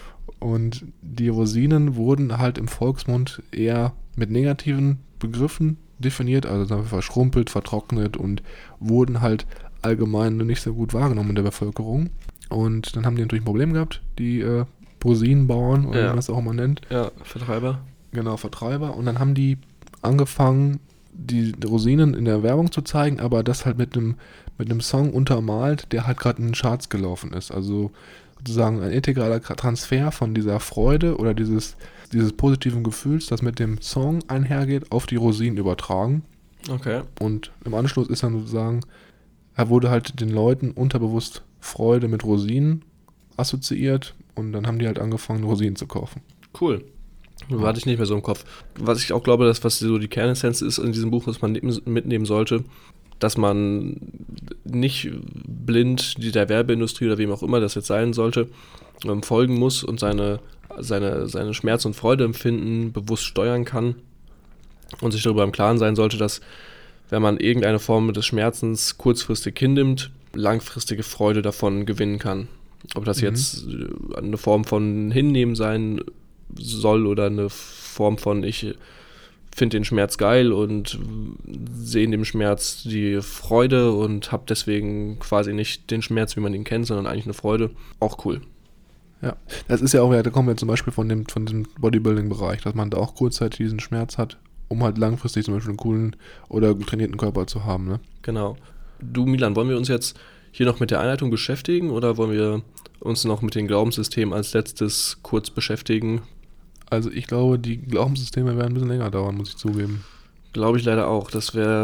Und die Rosinen wurden halt im Volksmund eher mit negativen Begriffen definiert, also verschrumpelt, vertrocknet und wurden halt allgemein nicht so gut wahrgenommen in der Bevölkerung. Und dann haben die natürlich ein Problem gehabt, die Rosinenbauern oder wie man das auch immer nennt. Ja, Vertreiber. Genau, Vertreiber. Und dann haben die angefangen, die Rosinen in der Werbung zu zeigen, aber das halt mit einem Song untermalt, der halt gerade in den Charts gelaufen ist. Also sozusagen ein integraler Transfer von dieser Freude oder dieses positiven Gefühls, das mit dem Song einhergeht, auf die Rosinen übertragen. Okay. Und im Anschluss ist dann sozusagen, er wurde halt den Leuten unterbewusst Freude mit Rosinen assoziiert und dann haben die halt angefangen, Rosinen zu kaufen. Cool. Hatte ich nicht mehr so im Kopf. Was ich auch glaube, was so die Kernessenz ist in diesem Buch, was man mitnehmen sollte, dass man nicht blind der Werbeindustrie oder wem auch immer das jetzt sein sollte, folgen muss und seine Schmerz- und Freudeempfinden bewusst steuern kann und sich darüber im Klaren sein sollte, dass, wenn man irgendeine Form des Schmerzens kurzfristig hinnimmt, langfristige Freude davon gewinnen kann. Ob das jetzt eine Form von Hinnehmen sein soll oder eine Form von ich finde den Schmerz geil und sehe in dem Schmerz die Freude und habe deswegen quasi nicht den Schmerz, wie man ihn kennt, sondern eigentlich eine Freude. Auch cool. Ja, das ist ja auch, da kommen wir zum Beispiel von dem Bodybuilding-Bereich, dass man da auch kurzzeitig diesen Schmerz hat, um halt langfristig zum Beispiel einen coolen oder trainierten Körper zu haben, ne? Genau. Du, Milan, wollen wir uns jetzt hier noch mit der Einleitung beschäftigen oder wollen wir uns noch mit den Glaubenssystemen als letztes kurz beschäftigen? Also ich glaube, die Glaubenssysteme werden ein bisschen länger dauern, muss ich zugeben. Glaube ich leider auch. Das wäre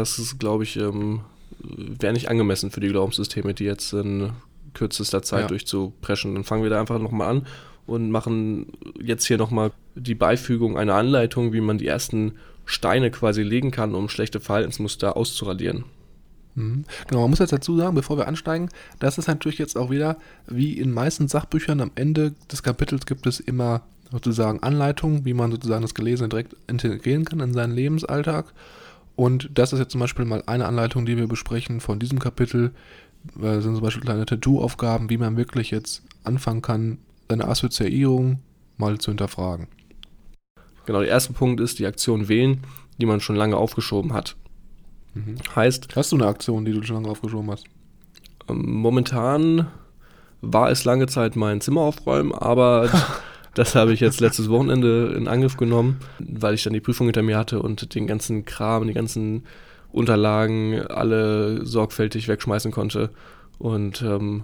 nicht angemessen für die Glaubenssysteme, die jetzt in kürzester Zeit durchzupreschen. Dann fangen wir da einfach nochmal an und machen jetzt hier nochmal die Beifügung einer Anleitung, wie man die ersten Steine quasi legen kann, um schlechte Verhaltensmuster auszuradieren. Genau, man muss jetzt dazu sagen, bevor wir ansteigen, das ist natürlich jetzt auch wieder, wie in meisten Sachbüchern, am Ende des Kapitels gibt es immer sozusagen Anleitungen, wie man sozusagen das Gelesene direkt integrieren kann in seinen Lebensalltag. Und das ist jetzt zum Beispiel mal eine Anleitung, die wir besprechen von diesem Kapitel. Das sind zum Beispiel kleine Tattoo-Aufgaben, wie man wirklich jetzt anfangen kann, seine Assoziierung mal zu hinterfragen. Genau, der erste Punkt ist die Aktion wählen, die man schon lange aufgeschoben hat. Heißt... Hast du eine Aktion, die du schon lange aufgeschoben hast? Momentan war es lange Zeit mein Zimmer aufräumen, aber das habe ich jetzt letztes Wochenende in Angriff genommen, weil ich dann die Prüfung hinter mir hatte und den ganzen Kram, die ganzen Unterlagen alle sorgfältig wegschmeißen konnte. Und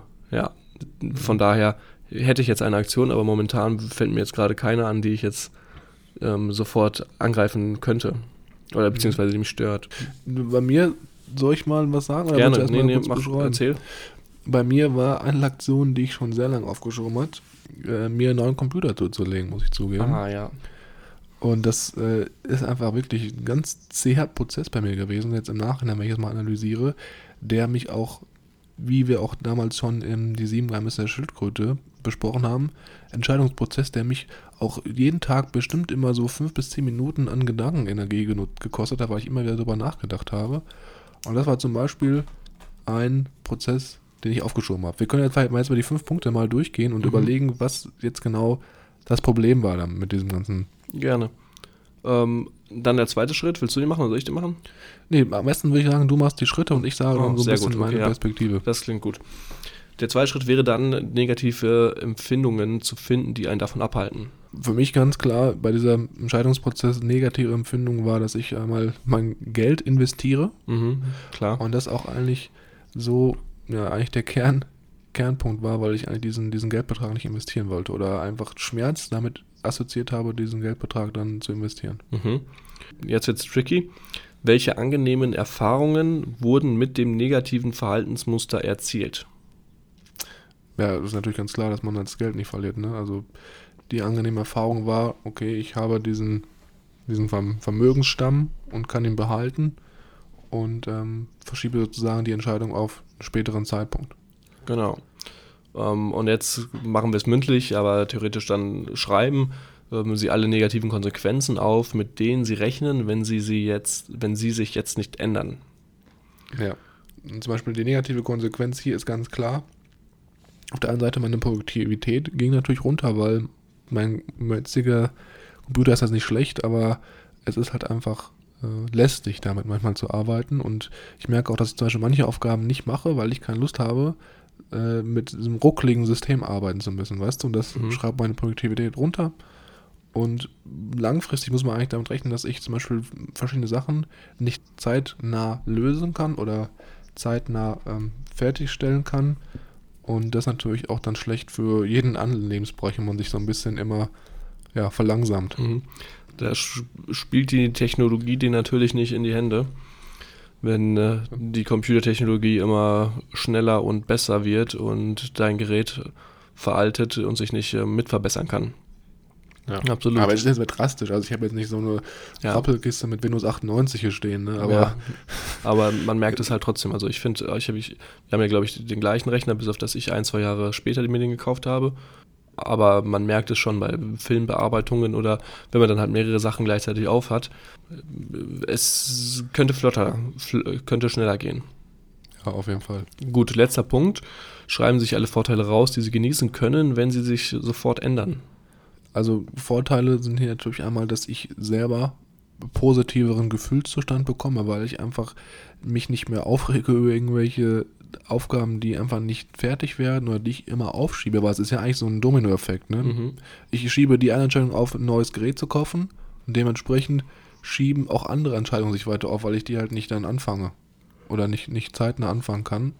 von daher hätte ich jetzt eine Aktion, aber momentan fällt mir jetzt gerade keine an, die ich jetzt sofort angreifen könnte. Oder beziehungsweise die mich stört. Bei mir, soll ich mal was sagen? Oder gerne, erzähl. Bei mir war eine Aktion, die ich schon sehr lange aufgeschoben habe, mir einen neuen Computer zuzulegen, muss ich zugeben. Ah, ja. Und das ist einfach wirklich ein ganz zäher Prozess bei mir gewesen, jetzt im Nachhinein, wenn ich das mal analysiere, der mich auch, wie wir auch damals schon in die 7 Geheimnisse der Schildkröte besprochen haben, Entscheidungsprozess, der mich auch jeden Tag bestimmt immer so 5 bis 10 Minuten an Gedankenenergie gekostet hat, weil ich immer wieder darüber nachgedacht habe. Und das war zum Beispiel ein Prozess, den ich aufgeschoben habe. Wir können jetzt mal die 5 Punkte mal durchgehen und überlegen, was jetzt genau das Problem war dann mit diesem ganzen... Gerne. Dann der zweite Schritt. Willst du den machen oder soll ich den machen? Nee, am besten würde ich sagen, du machst die Schritte und ich sage dann so ein bisschen meine Perspektive. Das klingt gut. Der zweite Schritt wäre dann, negative Empfindungen zu finden, die einen davon abhalten. Für mich ganz klar, bei diesem Entscheidungsprozess negative Empfindung war, dass ich einmal mein Geld investiere. Klar. Und das auch eigentlich so, ja, eigentlich der Kernpunkt war, weil ich eigentlich diesen Geldbetrag nicht investieren wollte oder einfach Schmerz damit assoziiert habe, diesen Geldbetrag dann zu investieren. Jetzt wird's tricky. Welche angenehmen Erfahrungen wurden mit dem negativen Verhaltensmuster erzielt? Ja, das ist natürlich ganz klar, dass man das Geld nicht verliert. Ne? Also die angenehme Erfahrung war, okay, ich habe diesen Vermögensstamm und kann ihn behalten und verschiebe sozusagen die Entscheidung auf einen späteren Zeitpunkt. Genau. Und jetzt machen wir es mündlich, aber theoretisch dann schreiben Sie alle negativen Konsequenzen auf, mit denen Sie rechnen, wenn Sie sich jetzt nicht ändern. Ja, und zum Beispiel die negative Konsequenz hier ist ganz klar. Auf der einen Seite meine Produktivität ging natürlich runter, weil mein jetziger Computer ist das nicht schlecht, aber es ist halt einfach lästig, damit manchmal zu arbeiten. Und ich merke auch, dass ich zum Beispiel manche Aufgaben nicht mache, weil ich keine Lust habe, mit diesem ruckligen System arbeiten zu müssen, weißt du? Und das schreibt meine Produktivität runter. Und langfristig muss man eigentlich damit rechnen, dass ich zum Beispiel verschiedene Sachen nicht zeitnah lösen kann oder zeitnah fertigstellen kann. Und das ist natürlich auch dann schlecht für jeden anderen Lebensbereich, wenn man sich so ein bisschen immer verlangsamt. Da spielt die Technologie dir natürlich nicht in die Hände. Wenn die Computertechnologie immer schneller und besser wird und dein Gerät veraltet und sich nicht mitverbessern kann. Ja, absolut. Aber es ist jetzt drastisch. Also ich habe jetzt nicht so eine Rappelkiste mit Windows 98 hier stehen. Ne? Aber man merkt es halt trotzdem. Also ich finde, wir haben ja, glaube ich, den gleichen Rechner, bis auf das ich 1-2 Jahre später mir den gekauft habe. Aber man merkt es schon bei Filmbearbeitungen oder wenn man dann halt mehrere Sachen gleichzeitig auf hat. Es könnte könnte schneller gehen. Ja, auf jeden Fall. Gut, letzter Punkt. Schreiben sich alle Vorteile raus, die Sie genießen können, wenn sie sich sofort ändern. Also Vorteile sind hier natürlich einmal, dass ich selber positiveren Gefühlszustand bekomme, weil ich einfach mich nicht mehr aufrege über irgendwelche Aufgaben, die einfach nicht fertig werden oder die ich immer aufschiebe, weil es ist ja eigentlich so ein Dominoeffekt. Ne? Ich schiebe die eine Entscheidung auf, ein neues Gerät zu kaufen und dementsprechend schieben auch andere Entscheidungen sich weiter auf, weil ich die halt nicht dann anfange oder nicht zeitnah anfangen kann.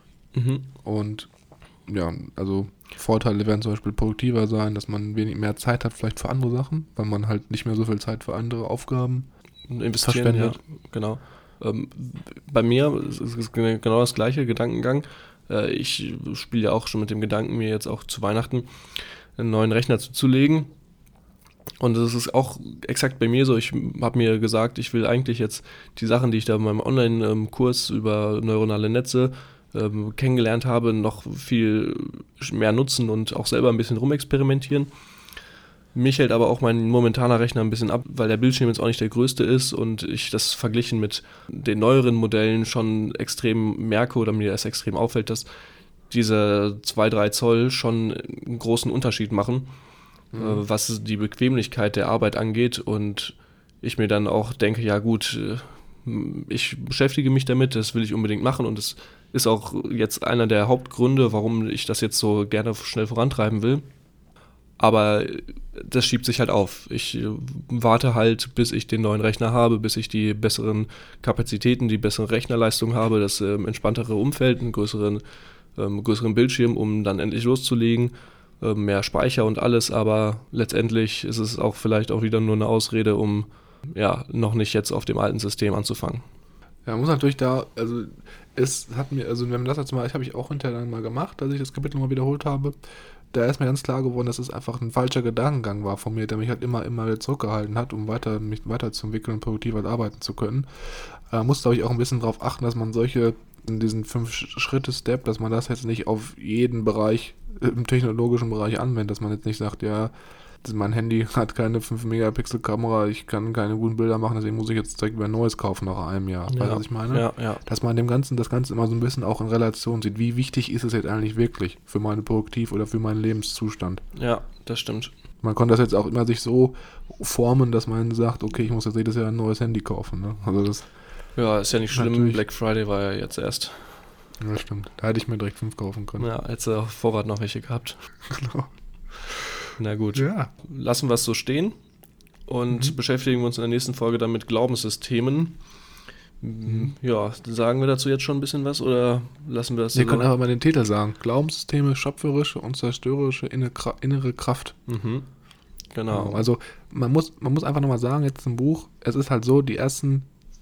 Und ja, also Vorteile werden zum Beispiel produktiver sein, dass man mehr Zeit hat vielleicht für andere Sachen, weil man halt nicht mehr so viel Zeit für andere Aufgaben verschwendet. Ja, genau. Bei mir ist es genau das gleiche Gedankengang. Ich spiele ja auch schon mit dem Gedanken, mir jetzt auch zu Weihnachten einen neuen Rechner zuzulegen. Und das ist auch exakt bei mir so. Ich habe mir gesagt, ich will eigentlich jetzt die Sachen, die ich da in meinem Online-Kurs über neuronale Netze kennengelernt habe, noch viel mehr nutzen und auch selber ein bisschen rumexperimentieren. Mich hält aber auch mein momentaner Rechner ein bisschen ab, weil der Bildschirm jetzt auch nicht der größte ist und ich das verglichen mit den neueren Modellen schon extrem merke oder mir das extrem auffällt, dass diese 2-3 Zoll schon einen großen Unterschied machen, was die Bequemlichkeit der Arbeit angeht und ich mir dann auch denke, ja gut, ich beschäftige mich damit, das will ich unbedingt machen und es ist auch jetzt einer der Hauptgründe, warum ich das jetzt so gerne schnell vorantreiben will. Aber das schiebt sich halt auf. Ich warte halt, bis ich den neuen Rechner habe, bis ich die besseren Kapazitäten, die bessere Rechnerleistung habe, das entspanntere Umfeld, einen größeren Bildschirm, um dann endlich loszulegen, mehr Speicher und alles. Aber letztendlich ist es auch vielleicht auch wieder nur eine Ausrede, um noch nicht jetzt auf dem alten System anzufangen. Ja, man muss natürlich wenn man das jetzt mal, habe ich auch hinterher dann mal gemacht, als ich das Kapitel mal wiederholt habe, da ist mir ganz klar geworden, dass es einfach ein falscher Gedankengang war von mir, der mich halt immer wieder zurückgehalten hat, um mich weiterzuentwickeln und produktiver arbeiten zu können. Muss, glaube ich, auch ein bisschen darauf achten, dass man diesen 5-Schritte-Step, dass man das jetzt nicht auf jeden Bereich, im technologischen Bereich anwendet, dass man jetzt nicht sagt, ja, mein Handy hat keine 5-Megapixel-Kamera, ich kann keine guten Bilder machen, deswegen muss ich jetzt direkt wieder ein neues kaufen nach einem Jahr. Weißt du, was ich meine? Ja. Dass man das Ganze immer so ein bisschen auch in Relation sieht. Wie wichtig ist es jetzt eigentlich wirklich für meine Produktiv- oder für meinen Lebenszustand? Ja, das stimmt. Man konnte das jetzt auch immer sich so formen, dass man sagt, okay, ich muss jetzt jedes Jahr ein neues Handy kaufen. Ne? Also das ist ja nicht schlimm. Black Friday war ja jetzt erst. Ja, stimmt. Da hätte ich mir direkt 5 kaufen können. Ja, hättest du auf Vorrat noch welche gehabt. Genau. Na gut, ja. Lassen wir es so stehen und beschäftigen wir uns in der nächsten Folge dann mit Glaubenssystemen. Ja, sagen wir dazu jetzt schon ein bisschen was oder lassen wir das so? Wir können aber mal den Titel sagen. Glaubenssysteme, schöpferische und zerstörerische innere Kraft. Genau. Also man muss einfach nochmal sagen, jetzt im Buch, es ist halt so, die ersten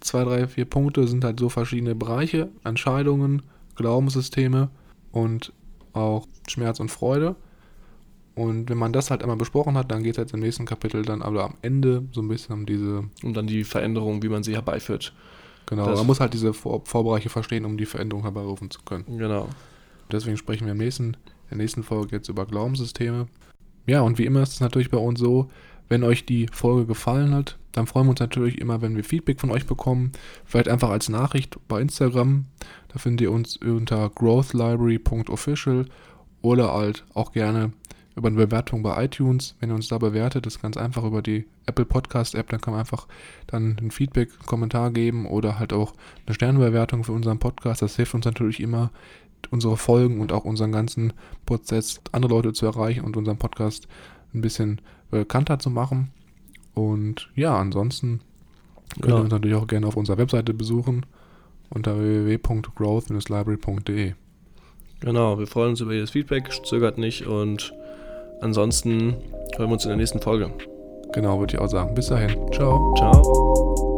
2, 3, 4 Punkte sind halt so verschiedene Bereiche, Entscheidungen, Glaubenssysteme und auch Schmerz und Freude. Und wenn man das halt einmal besprochen hat, dann geht es jetzt im nächsten Kapitel dann aber am Ende so ein bisschen um diese... Und dann die Veränderung, wie man sie herbeiführt. Genau, man muss halt diese Vorbereiche verstehen, um die Veränderung herbeirufen zu können. Genau. Deswegen sprechen wir in der nächsten Folge jetzt über Glaubenssysteme. Ja, und wie immer ist es natürlich bei uns so, wenn euch die Folge gefallen hat, dann freuen wir uns natürlich immer, wenn wir Feedback von euch bekommen. Vielleicht einfach als Nachricht bei Instagram. Da findet ihr uns unter growthlibrary.official oder halt auch gerne über eine Bewertung bei iTunes. Wenn ihr uns da bewertet, das ist ganz einfach über die Apple Podcast App, dann kann man einfach dann ein Feedback, einen Kommentar geben oder halt auch eine Sternebewertung für unseren Podcast. Das hilft uns natürlich immer, unsere Folgen und auch unseren ganzen Prozess andere Leute zu erreichen und unseren Podcast ein bisschen bekannter zu machen. Und ja, ansonsten könnt ihr uns natürlich auch gerne auf unserer Webseite besuchen unter www.growth-library.de. Genau, wir freuen uns über jedes Feedback, zögert nicht und ansonsten hören wir uns in der nächsten Folge. Genau, würde ich auch sagen. Bis dahin. Ciao. Ciao.